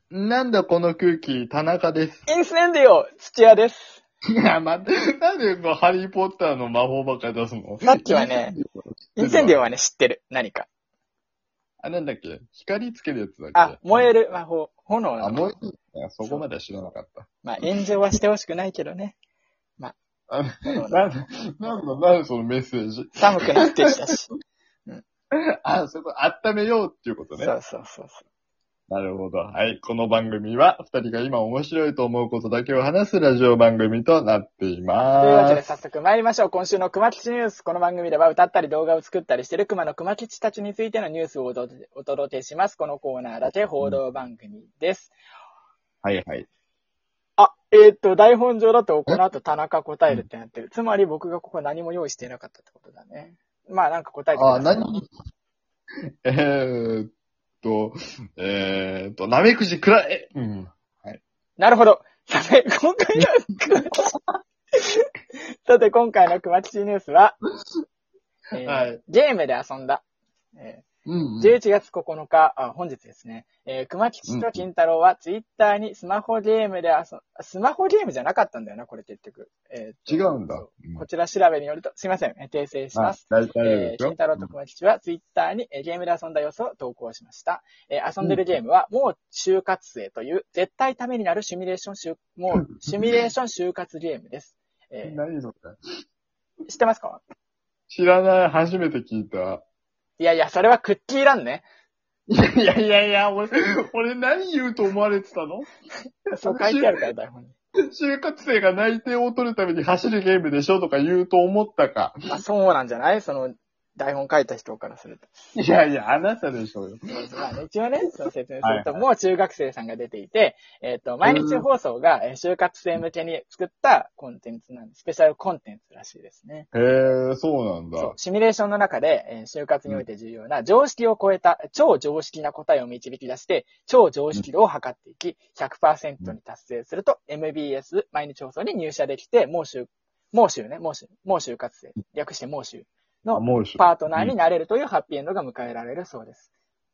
なんだこの空気、田中です。 インセンディオ、土屋です。 いや、待って、なんでこうハリーポッターの魔法ばっかり出すの？ さっきはね、インセンディオはね、知ってる。何か。 あ、なんだっけ光つけるやつだっけ？ あ、燃える魔法。炎あ、 の。 燃える。いや、そこまでは知らなかった。 まあ、炎上はしてほしくないけどね。まあ、 なんでそのメッセージ。 寒くなってきたし。 あ、そこ温めようっていうことね。 そうそうそうそなるほど。はい。この番組は、二人が今面白いと思うことだけを話すラジオ番組となっています。 というわけで早速参りましょう。今週の熊吉ニュース。この番組では歌ったり動画を作ったりしている熊の熊吉たちについてのニュースをお届けします。このコーナーだけ報道番組です。 はいはい。 あ、台本上だとこの後田中答えるってなってる。つまり僕がここ何も用意していなかったってことだね。まあなんか答えてください。 なめくじくらえ。うん。 はい。なるほど。さて、今回の熊吉ニュースは、はい、ゲームで遊んだ。11月9日、本日ですね。熊吉と金太郎はツイッターにスマホゲームじゃなかったんだよな、これ結局。 違うんだ。 こちら調べによると、すいません、訂正します。金太郎と熊吉はツイッターにゲームで遊んだ様子を投稿しました。遊んでるゲームは、もう就活生という絶対ためになるシミュレーション就活ゲームです。 何それ？ 知ってますか？ 知らない、初めて聞いた。 いやいや、それはクッキーランね。 いや、俺何言うと思われてたの？ そう書いてあるから、台本に。 就活生が内定を取るために走るゲームでしょとか言うと思ったか。 まあ、そうなんじゃない？その、台本書いた人からすると。 いや、あなたでしょうよ。 まあね、一応ね、その説明すると、もう中学生さんが出ていて、毎日放送が就活生向けに作ったコンテンツなんで、スペシャルコンテンツらしいですね。 へえ、そうなんだ。 そう、シミュレーションの中で、就活において重要な常識を超えた超常識な答えを導き出して、超常識度を測っていき、100% に達成すると、MBS 毎日放送に入社できて、もう就活生、略してもう就のパートナーになれるというハッピーエンドが迎えられるそうです。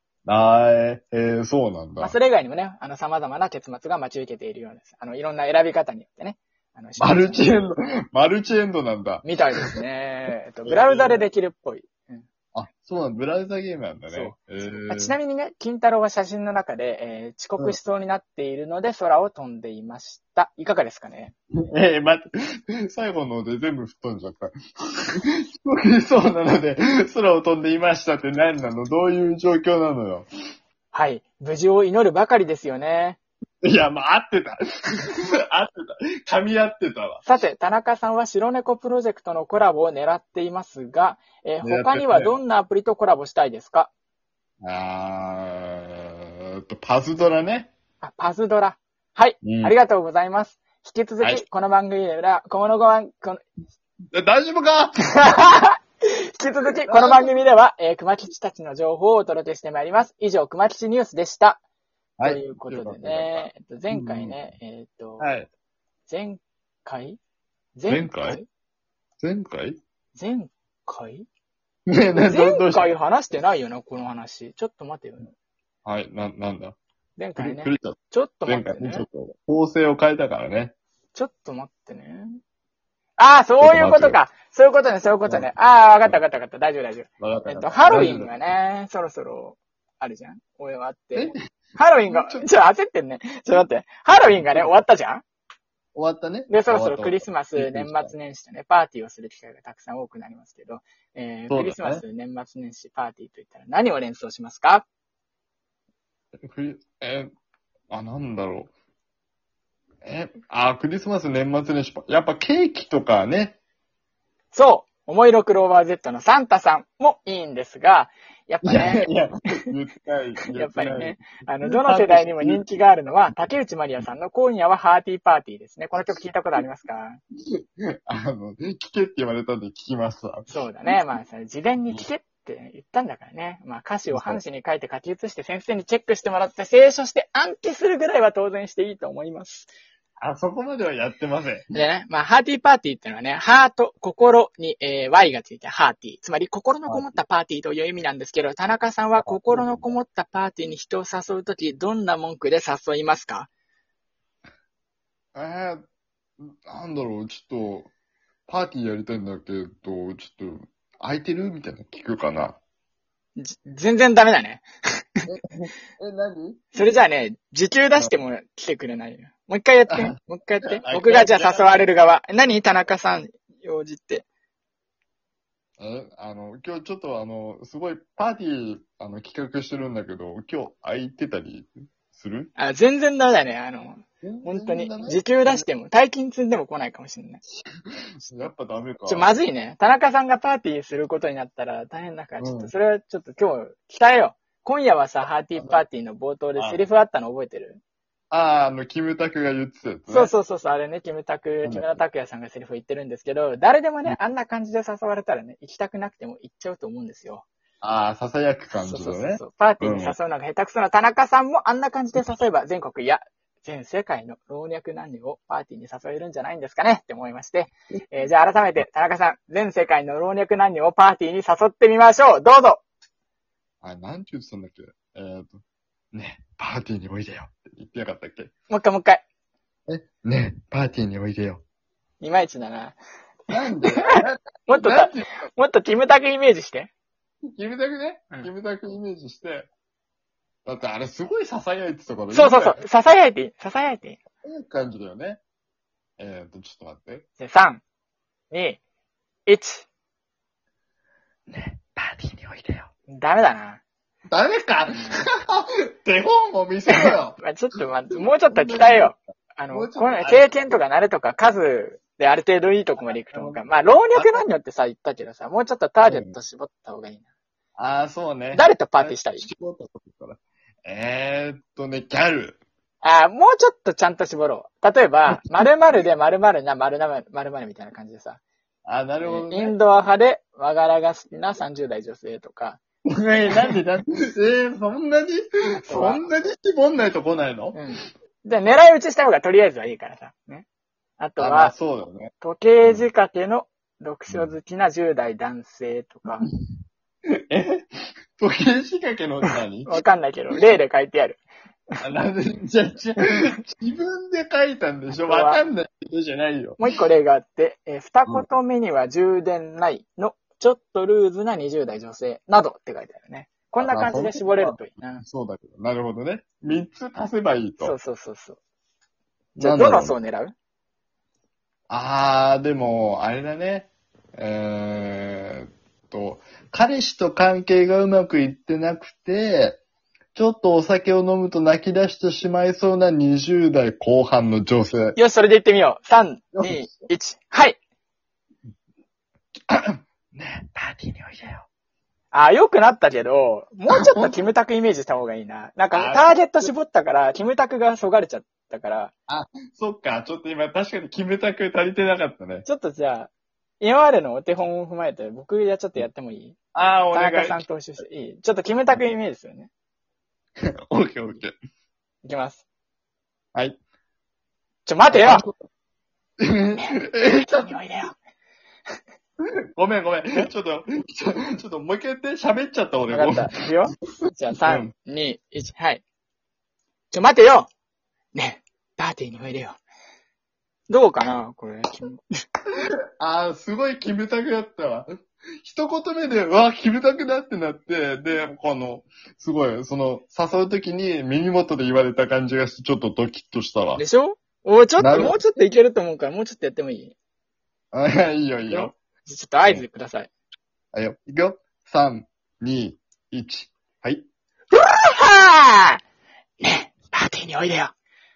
そうなんだ。 まあ、それ以外にもね、様々な結末が待ち受けているようです。いろんな選び方によってね。 マルチエンドなんだ。 みたいですね。ブラウザでできるっぽい。 あ、そうなんだ。ブラウザゲームなんだね。 ちなみにね、金太郎は写真の中で、遅刻しそうになっているので空を飛んでいました。いかがですかね？ 待って。最後ので全部吹っ飛んじゃった。遅刻しそうなので空を飛んでいましたって何なの？どういう状況なのよ。 はい。無事を祈るばかりですよね。 いや、まあ、合ってた。噛み合ってたわ。 さて、田中さんは白猫プロジェクトのコラボを狙っていますが、他にはどんなアプリとコラボしたいですか？ パズドラね。 あ、パズドラ。はい、ありがとうございます。引き続き、この番組では、 大丈夫か？ 引き続き、この番組では、熊吉たちの情報をお届けしてまいります。以上、熊吉ニュースでした。はい。ということでね、前回ね、 はい。 前回話してないよな、この話。ちょっと待てよ。 はい、なんだ。 前回ね。ちょっと待ってね。 ちょっと構成を変えたからね。 ちょっと待ってね。ああ、そういうことか。そういうことね。ああ、わかった。大丈夫。ハロウィンがね、そろそろあるじゃん。終わって。ハロウィンが、焦ってんね。待って。ハロウィンがね、終わったじゃん？ 終わったね。 で、そろそろクリスマス、年末年始とね、パーティーをする機会がたくさん多くなりますけど、クリスマス、年末年始、パーティーといったら何を連想しますか？ なんだろう。クリスマス、年末年始、やっぱケーキとかね。 そう。桃色クローバー Z のサンタさんもいいんですが、やっぱね、 言ったい。 やっぱりね、どの世代にも人気があるのは、竹内まりやさんの今夜はハーティーパーティーですね。この曲聞いたことありますか？ 聞けって言われたんで聞きました。 そうだね。まあ、事前に聞けって言ったんだからね。まあ、歌詞を半紙に書いて書き写して先生にチェックしてもらって清書して暗記するぐらいは当然していいと思います。 あ、そこまではやってません。 でね、まあ、ハーティーパーティーっていうのはね、ハート、心に、Y がついてハーティー。つまり、心のこもったパーティーという意味なんですけど、田中さんは心のこもったパーティーに人を誘うとき、どんな文句で誘いますか？ なんだろう、ちょっと、パーティーやりたいんだけど、ちょっと、空いてるみたいな聞くかな。 全然ダメだね。 何？ それじゃあね、時給出しても来てくれないよ。もう一回やって。もう一回やって。 あ僕がじゃあ誘われる側。何田中さん、用事って。 今日ちょっとすごいパーティー、企画してるんだけど、今日空いてたりする？ 全然ダメだね。本当に。時給出しても、大金積んでも来ないかもしれない。 やっぱダメか。 まずいね。田中さんがパーティーすることになったら大変だから、ちょっとそれはちょっと今日、鍛えよう。今夜はさ、ハーティーパーティーの冒頭でセリフあったの覚えてる？ キムタクが言ってたやつね。 そう、あれね、木村拓哉さんがセリフ言ってるんですけど、誰でもね、あんな感じで誘われたらね、行きたくなくても行っちゃうと思うんですよ。 囁く感じだね。 そう。パーティーに誘うのが下手くそな田中さんもあんな感じで誘えば全国、いや、全世界の老若男女をパーティーに誘えるんじゃないんですかねって思いまして。じゃあ改めて田中さん、全世界の老若男女をパーティーに誘ってみましょう。どうぞ。 なんて言ってたんだっけ？ね、パーティーにおいでよって言ってなかったっけ？ もう一回。 ね、パーティーにおいでよ。 いまいちだな。 なんで？ もっとキムタクイメージして。 キムタクね。キムタクイメージして。だってあれすごい囁いてたからそう。囁いていい。いい感じだよね。ちょっと待って。 3、2、1。 ね、パーティーにおいでよ。 ダメだな。 ダメか手本を見せろよ。 ちょっともうちょっと鍛えよう。この経験とか慣れとか数である程度いいとこまで行くと思うから。まあ、老若男女ってさ、言ったけどさ、もうちょっとターゲット絞った方がいいな。 そうね。 誰とパーティーしたい？ 絞ったとこから。ギャル。 もうちょっとちゃんと絞ろう。例えば、〇〇で〇〇な〇〇みたいな感じでさ。 なるほど、ね。 インドア派で和柄が好きな30代女性とか。 なんでそんなに絞んないと来ないの？ で、狙い撃ちした方がとりあえずはいいからさ。ね。あとは、 そうだね。 時計仕掛けの読書好きな10代男性とか。 時計仕掛けの何？ わかんないけど、例で書いてある。 自分で書いたんでしょ？わかんない人じゃないよ。 もう一個例があって、二言目には充電ないの、ちょっとルーズな20代女性などって書いてあるね。こんな感じで絞れるといいな。 そうだけど、なるほどね。3つ足せばいいと。 そう。じゃあ、どの層を狙う？ でも、あれだね。彼氏と関係がうまくいってなくて、ちょっとお酒を飲むと泣き出してしまいそうな20代後半の女性。 よし、それで行ってみよう。3、2、1、はい。 ね、パーティーにおいでよ。 良くなったけど、もうちょっとキムタクイメージした方がいいな。なんか、ターゲット絞ったから、キムタクがそがれちゃったから。 そっか。ちょっと今確かにキムタク足りてなかったね。 ちょっとじゃあ、今までのお手本を踏まえて、僕がちょっとやってもいい？ お願い。 田中さんと一緒していい？ちょっとキムタクイメージするね。 オッケー。 いきます。 はい。 待てよおいでよごめん。ちょっともう一回やって喋っちゃった俺。 わかった。いくよ。じゃあ3、2、1、はい。待てよねえ、パーティーにおいでよ。どうかなこれ。 すごいキムタクだったわ。一言目で、キムタクだってなって、で、すごい、誘うときに耳元で言われた感じがして、ちょっとドキッとしたわ。 でしょ？もうちょっといけると思うから、もうちょっとやってもいい？ いいよ。 ちょっと合図ください。 いくよ。3、2、1。はい。 うわはーねえ、パーティーにおいでよ。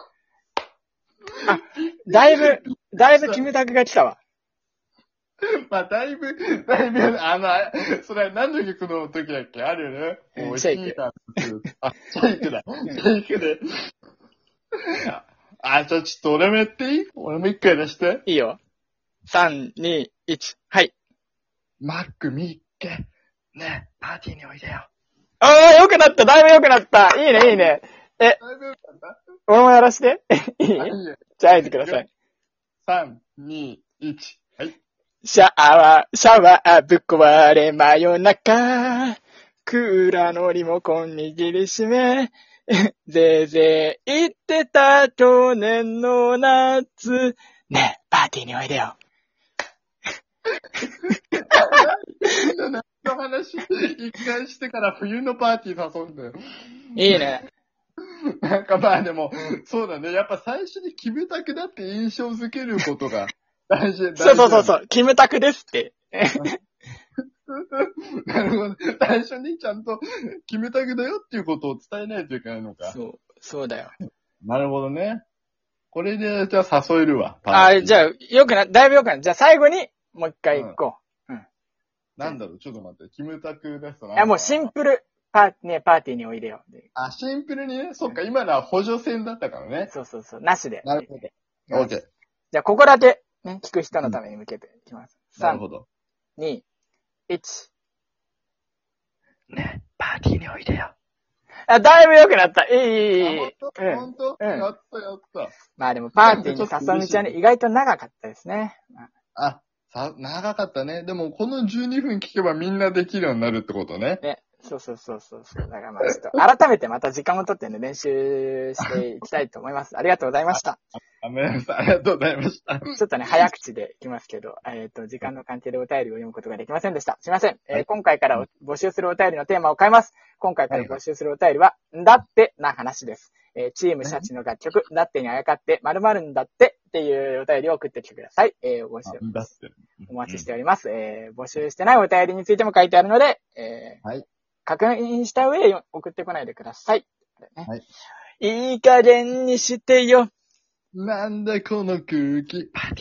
だいぶキムタクが来たわ。 だいぶ、それは何の曲の時だっけ？あるよね。 シェイク。 シェイクだ。シェイクで。じゃあちょっと俺もやっていい？俺も一回出して。 いいよ。3、2、1、はい。 マック、ミッケ。ねえ、パーティーにおいでよ。 よくなった。だいぶよくなった。いいね。 だいぶよくなった。 俺もやらして。いい？ じゃあ、入ってください。 3、2、1。はい。 シャワーぶっ壊れ真夜中。クーラーのリモコン握りしめ。ぜいぜい言ってた去年の夏。ねえ、パーティーにおいでよ。 夏の話、一回してから冬のパーティー誘うんだよ。 いいね。 なんかまあでも、そうだね。やっぱ最初にキムタクだって印象づけることが大事。 そう。キムタクですって。 なるほど。最初にちゃんとキムタクだよっていうことを伝えないといけないのか。 そうだよ。 なるほどね。これで、じゃあ誘えるわ。 じゃあ、だいぶよくない。じゃあ最後に、もう一回行こう。 なんだろう、ちょっと待って。キムタクですとな。 いや、もうシンプル、パーティーにおいでよ。 あ、シンプルにね。そっか、今のは補助線だったからね。 そう。なしで。 なるほど。オッケー。 じゃあ、ここだけ、ね、聞く人のために向けていきます。 なるほど。 3、2、1。ね、パーティーにおいでよ。だいぶ良くなった。いい。 ほんとやった。 まあでも、パーティーに誘う道はね、意外と長かったですね。 長かったね。でも、この12分聞けばみんなできるようになるってことね。 ね。そう。だからまあちょっと、改めてまた時間をとってね、練習していきたいと思います。ありがとうございました。 ありがとうございました。 ちょっとね、早口でいきますけど、時間の関係でお便りを読むことができませんでした。すいません。今回から募集するお便りのテーマを変えます。今回から募集するお便りは、だってな話です。チームシャチの楽曲、だってにあやかって、〇〇んだってっていうお便りを送ってきてください。お待ちしております。募集してないお便りについても書いてあるので、確認した上で送ってこないでください。いい加減にしてよ。 なんだこの空気。